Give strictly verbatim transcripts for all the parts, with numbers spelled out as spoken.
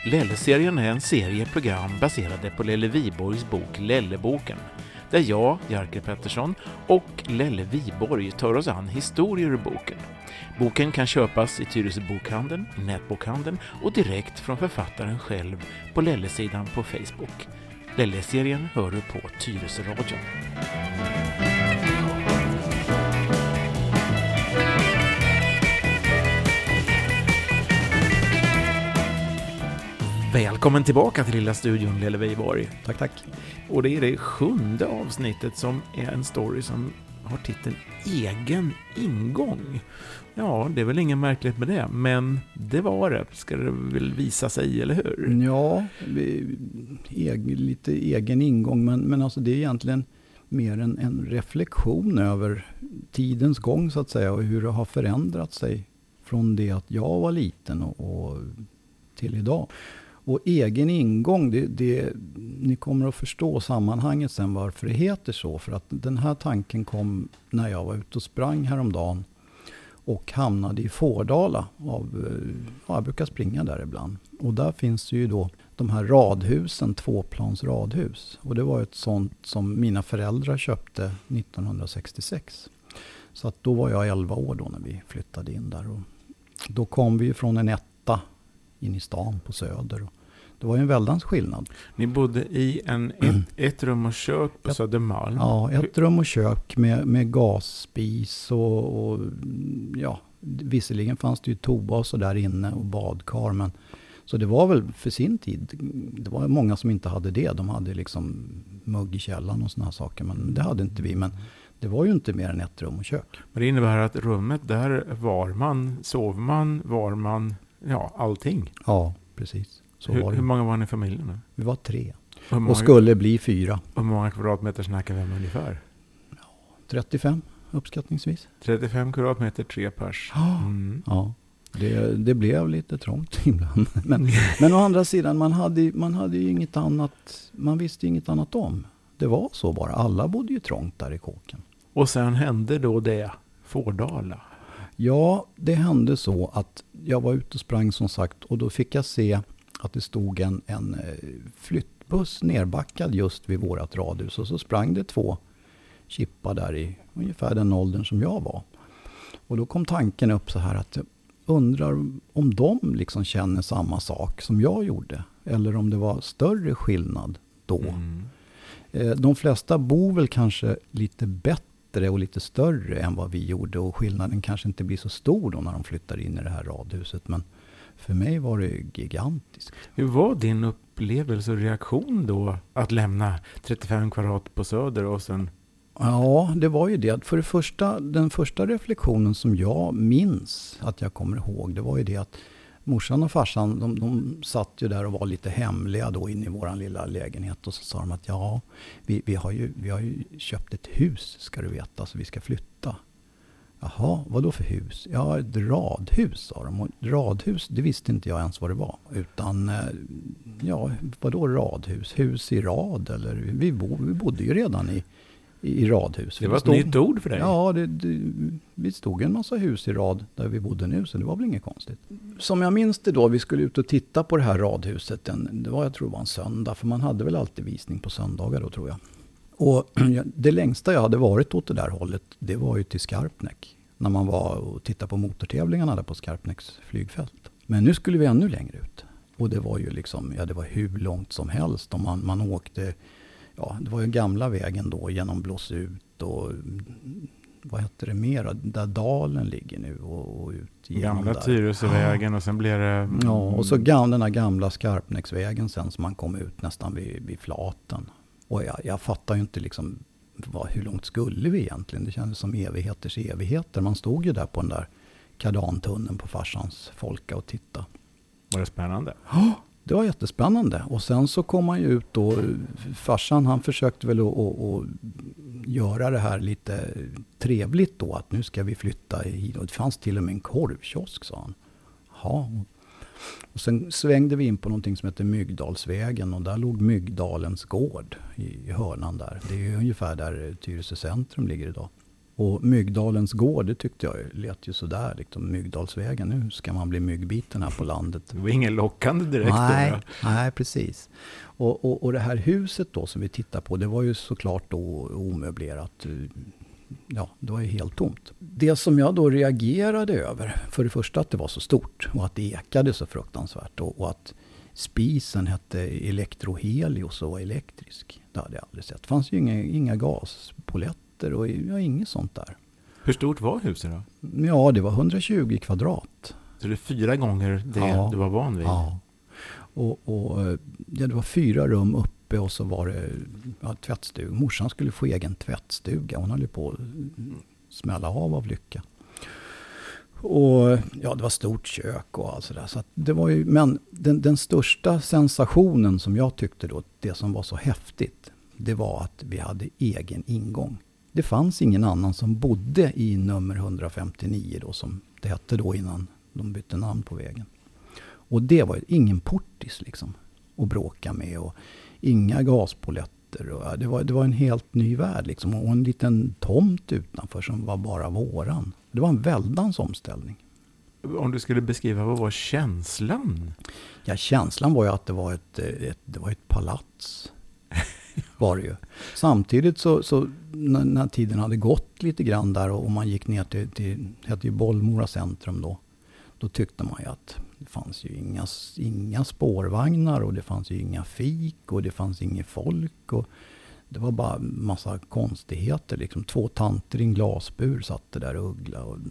Lelle-serien är en serie program baserade på Lelle Viborgs bok Lelleboken, där jag, Jerker Pettersson, och Lelle Viborg tar oss an historier ur boken. Boken kan köpas i Tyresö bokhandeln, i nätbokhandeln och direkt från författaren själv på Lelle-sidan på Facebook. Lelle-serien hör du på Tyresö radion. Välkommen tillbaka till lilla studion, Lelle Viborg. Tack, tack. Och det är det sjunde avsnittet som är en story som har titeln Egen ingång. Ja, det är väl inget märkligt med det, men det var det. Ska det väl visa sig, eller hur? Ja, egen, lite egen ingång, men, men alltså det är egentligen mer en, en reflektion över tidens gång så att säga, och hur det har förändrat sig från det att jag var liten och, och till idag. Och egen ingång, det, det, ni kommer att förstå sammanhanget sen varför det heter så. För att den här tanken kom när jag var ute och sprang häromdagen och hamnade i Fårdala. Av, ja, jag brukar springa där ibland. Och där finns ju då de här radhusen, tvåplans radhus. Och det var ett sånt som mina föräldrar köpte nittonhundrasextiosex. Så att då var jag elva år då när vi flyttade in där. Och då kom vi från en etta in i stan på Söder. Det var ju en väldans skillnad. Ni bodde i en ett, ett rum och kök på ett, Södermalm. Ja, ett rum och kök med, med gasspis och, och ja, visserligen fanns det ju toa och så där inne och badkar, men så det var väl för sin tid, det var många som inte hade det. De hade liksom mugg i källaren och såna här saker, men det hade inte vi. Men det var ju inte mer än ett rum och kök. Men det innebär att rummet där var man, sov man, var man, ja, allting. Ja, precis. Så hur, var det. Hur många var ni i familjen? Vi var tre. Många, och skulle bli fyra. Hur många kvadratmeter snackar vi om ungefär? Ja, trettiofem uppskattningsvis. trettiofem kvadratmeter, tre pers. Mm. Ja, det, det blev lite trångt ibland. Men, men å andra sidan, man hade, man hade ju inget annat, man visste inget annat om. Det var så bara. Alla bodde ju trångt där i kåken. Och sen hände då det, Fårdala. Ja, det hände så att jag var ute och sprang som sagt, och då fick jag se att det stod en, en flyttbuss nerbackad just vid vårat radhus, och så sprang det två chippar där i ungefär den åldern som jag var. Och då kom tanken upp så här att jag undrar om de liksom känner samma sak som jag gjorde, eller om det var större skillnad då. Mm. De flesta bor väl kanske lite bättre och lite större än vad vi gjorde, och skillnaden kanske inte blir så stor då när de flyttar in i det här radhuset, men för mig var det gigantiskt. Hur var din upplevelse och reaktion då att lämna trettiofem kvadrat på Söder och sen? Ja, det var ju det. För det första, den första reflektionen som jag minns att jag kommer ihåg, det var ju det att morsan och farsan, de, de satt ju där och var lite hemliga då inne i våran lilla lägenhet, och så sa de att ja, vi, vi, har ju, vi har ju köpt ett hus, ska du veta, så vi ska flytta. Jaha, vad då för hus? Ja, ett radhus, sa de. Och radhus, det visste inte jag ens vad det var. Utan, ja, vad då radhus? Hus i rad? Eller, vi, bo, vi bodde ju redan i, i, i radhus. Det var ett stod, nytt ord för dig. Ja, det, det, vi stod en massa hus i rad där vi bodde nu, så det var väl inget konstigt. Som jag minns det då, vi skulle ut och titta på det här radhuset. En, det var, jag tror det var en söndag, för man hade väl alltid visning på söndagar då, tror jag. Och det längsta jag hade varit åt det där hållet, det var ju till Skarpnäck. När man var och tittade på motortävlingarna där på Skarpnäcks flygfält. Men nu skulle vi ännu längre ut. Och det var ju liksom, ja, det var hur långt som helst. Och man, man åkte, ja, det var ju gamla vägen då genom Blåsut och vad heter det mer? Där dalen ligger nu och, och ut genom gamla där. Tyresövägen, och sen blir det... Ja, och så gam, den här gamla Skarpnäcksvägen sen som man kom ut nästan vid, vid Flaten. Och jag, jag fattar ju inte liksom vad, hur långt skulle vi egentligen? Det kändes som evigheters evigheter. Man stod ju där på den där kardantunneln på farsans Folka och titta. Var det spännande? Ja, det var jättespännande. Och sen så kom man ju ut då, farsan han försökte väl att, att, att göra det här lite trevligt då, att nu ska vi flytta hit. Och det fanns till och med en korvkiosk, sa han. Ja. Och sen svängde vi in på någonting som heter Myggdalsvägen, och där låg Myggdalens gård i hörnan där. Det är ju ungefär där Tyresö centrum ligger idag. Och Myggdalens gård, det tyckte jag lät ju sådär. Liksom Myggdalsvägen, nu ska man bli myggbiten här på landet. Det var ingen lockande direkt. Nej, då. nej precis. Och, och, och det här huset då som vi tittar på, det var ju såklart då omöblerat. Ja, det var ju helt tomt. Det som jag då reagerade över, för det första att det var så stort och att det ekade så fruktansvärt. Och, och att spisen hette Elektrohelios och var elektrisk. Det hade jag aldrig sett. Det fanns ju inga, inga gaspoletter och ja, inget sånt där. Hur stort var huset då? Ja, det var hundratjugo kvadrat. Så det är fyra gånger det ja, du var van vid? Ja. Och, och ja, det var fyra rum uppe och så var det ja, tvättstuga. Morsan skulle få egen tvättstuga. Hon höll på att smälla av av lycka. Och ja, det var stort kök och allt sådär. Så att det var ju, men den, den största sensationen som jag tyckte då, det som var så häftigt, det var att vi hade egen ingång. Det fanns ingen annan som bodde i nummer hundrafemtionio då, som det hette då innan de bytte namn på vägen. Och det var ju ingen portis liksom att bråka med och inga gaspoletter. Och det, var, det var en helt ny värld liksom. Och en liten tomt utanför som var bara våran. Det var en väldans omställning. Om du skulle beskriva, vad var känslan? Ja, känslan var ju att det var ett, ett, det var ett palats. Var det ju. Samtidigt så, så när, när tiden hade gått lite grann där och man gick ner till, till hette ju Bollmora centrum då. Då tyckte man ju att det fanns ju inga, inga spårvagnar och det fanns ju inga fik och det fanns inget folk. Och det var bara massa konstigheter. Liksom. Två tanter i en glasbur satt där och uggla. Och,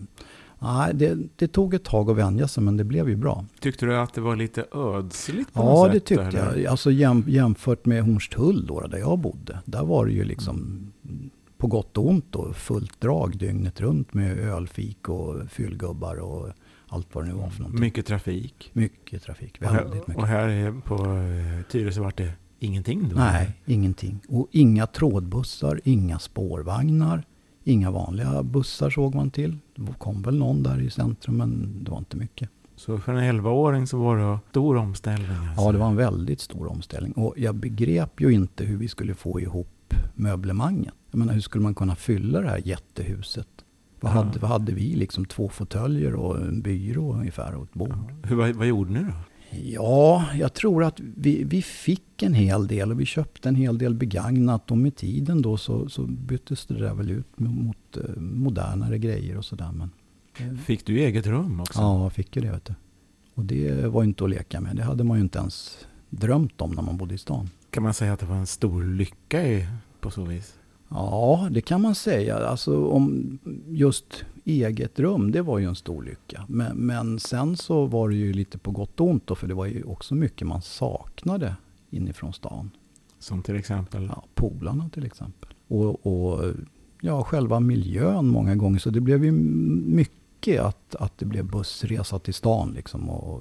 nej, det, det tog ett tag att vänja sig men det blev ju bra. Tyckte du att det var lite ödsligt på ja, något sätt? Ja, det tyckte eller? jag. Alltså jäm, jämfört med Hornstull då, där jag bodde. Där var det ju liksom mm. på gott och ont då, fullt drag dygnet runt med ölfik och fyllgubbar och allt vad det nu var för någonting. Mycket trafik. Mycket trafik, väldigt väldigt mycket. Och här är på Tyresö vart det ingenting då? Nej, ingenting. Och inga trådbussar, inga spårvagnar, inga vanliga bussar såg man till. Det kom väl någon där i centrum men det var inte mycket. Så för en elvaåring så var det stor omställning? Alltså. Ja, det var en väldigt stor omställning. Och jag begrep ju inte hur vi skulle få ihop möblemanget. Jag menar, hur skulle man kunna fylla det här jättehuset? Vad, ja. hade, vad hade vi? Liksom två fåtöljer och en byrå ungefär och ett bord. Ja. Hur, vad, vad gjorde ni då? Ja, jag tror att vi, vi fick en hel del och vi köpte en hel del begagnat. Och med tiden då så, så byttes det där väl ut mot eh, modernare grejer och sådär. Men, eh, fick du eget rum också? Ja, jag fick ju det. Vet du. Och det var inte att leka med. Det hade man ju inte ens drömt om när man bodde i stan. Kan man säga att det var en stor lycka i, på så vis? Ja, det kan man säga. Alltså om just eget rum, det var ju en stor lycka. Men, men sen så var det ju lite på gott och ont då, för det var ju också mycket man saknade inifrån stan. Som till exempel? Ja, polarna till exempel. Och, och ja, själva miljön många gånger. Så det blev ju mycket att, att det blev bussresa till stan liksom. Och,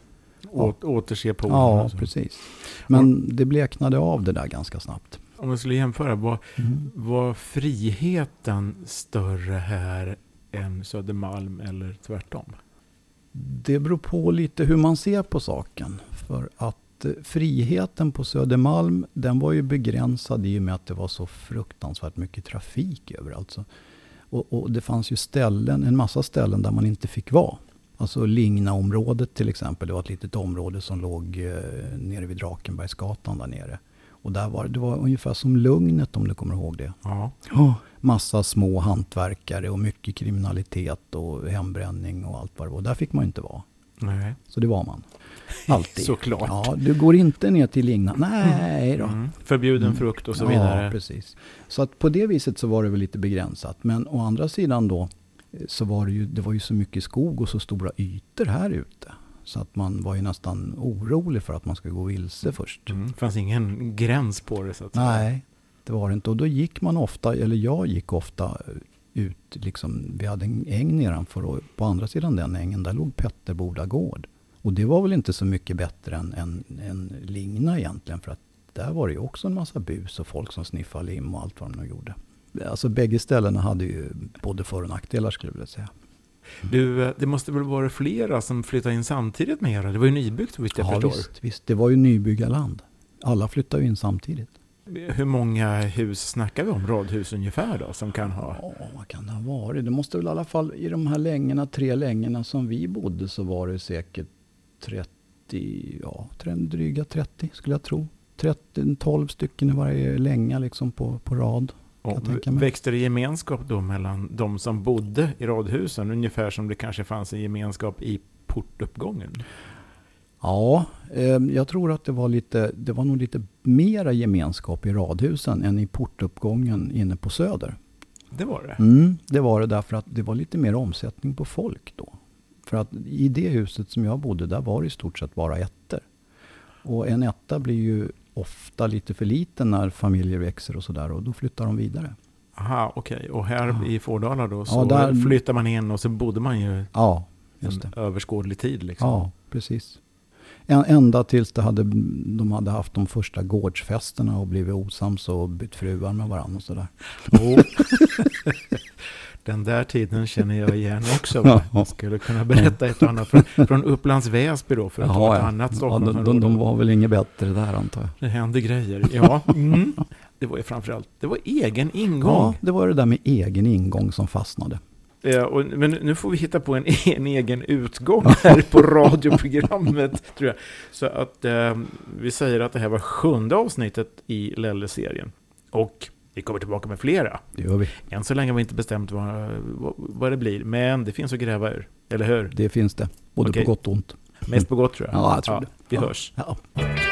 Å, återse polarna? Ja, precis. Men och, det bleknade av det där ganska snabbt. Om jag skulle jämföra, var, mm. var friheten större här än Södermalm eller tvärtom? Det beror på lite hur man ser på saken. För att eh, friheten på Södermalm, den var ju begränsad i och med att det var så fruktansvärt mycket trafik överallt. Så. Och, och det fanns ju ställen, en massa ställen där man inte fick vara. Alltså Lingna-området till exempel, det var ett litet område som låg eh, nere vid Drakenbergsgatan där nere. Och där var det var ungefär som Lugnet, om du kommer ihåg det. Ja. Oh, massa små hantverkare och mycket kriminalitet och hembränning och allt vad det var. Där fick man inte vara. Nej. Så det var man. Alltid. Såklart. Ja, du går inte ner till Lingna. Nej då. Mm. Förbjuden mm. frukt och så ja, vidare. Ja, precis. Så att på det viset så var det väl lite begränsat. Men å andra sidan då så var det ju, det var ju så mycket skog och så stora ytor här ute. Så att man var ju nästan orolig för att man skulle gå vilse först. Mm. Det fanns ingen gräns på det så att säga. Nej, det var det inte. Och då gick man ofta, eller jag gick ofta ut, liksom, vi hade en äng nedanför och på andra sidan den ängen där låg Petterboda gård. Och det var väl inte så mycket bättre än, än, än Lingna egentligen, för att där var det ju också en massa bus och folk som sniffade lim och allt vad de gjorde. Alltså bägge ställena hade ju både för- och nackdelar skulle jag säga. Du, det måste väl vara flera som flyttade in samtidigt med er? Det var ju nybyggt, visst jag ja, förstår. Visst, visst, det var ju nybyggarland. Alla flyttade in samtidigt. Hur många hus snackar vi om, radhus ungefär då, som kan ha? Ja, vad kan det ha varit? Det måste väl i alla fall, i de här längorna, tre längorna som vi bodde, så var det säkert trettio, ja, dryga trettio skulle jag tro. trettio, tolv stycken i varje länga liksom på, på rad. Och växte det gemenskap då mellan de som bodde i radhusen, ungefär som det kanske fanns en gemenskap i portuppgången? Ja, eh, jag tror att det var lite, det var nog lite mera gemenskap i radhusen än i portuppgången inne på Söder. Det var det? Mm, det var det därför att det var lite mer omsättning på folk då. För att i det huset som jag bodde, där var det i stort sett bara ettor. Och en etta blir ju ofta lite för liten när familjer växer och sådär, och då flyttar de vidare. Aha, okej. Okay. Och här ja. i Fårdala då så ja, där flyttar man in och så bodde man ju ja, just en det. överskådlig tid liksom. Ja, precis. En, ända tills det hade, de hade haft de första gårdsfesterna och blivit osams och bytt fruar med varandra och sådär. Oh. Den där tiden känner jag igen också. Va? Jag skulle kunna berätta ett annat från, från Upplands Väsby då, för att ta ett ja. annat ja, de, de, de var väl inget bättre där, antar jag. Det hände grejer, ja. Mm. Det var ju framförallt, det var egen ingång. Ja, det var det där med egen ingång som fastnade. Ja, och, men nu får vi hitta på en, en egen utgång här på radioprogrammet, tror jag. Så att eh, vi säger att det här var sjunde avsnittet i Lelle-serien. Och vi kommer tillbaka med flera. Det gör vi. Än så länge har vi inte bestämt vad, vad, vad det blir. Men det finns att gräva ur, eller hur? Det finns det, både okay. på gott och ont. Mest på gott, tror jag. Ja, jag tror ja, det. Vi ja. hörs. Ja.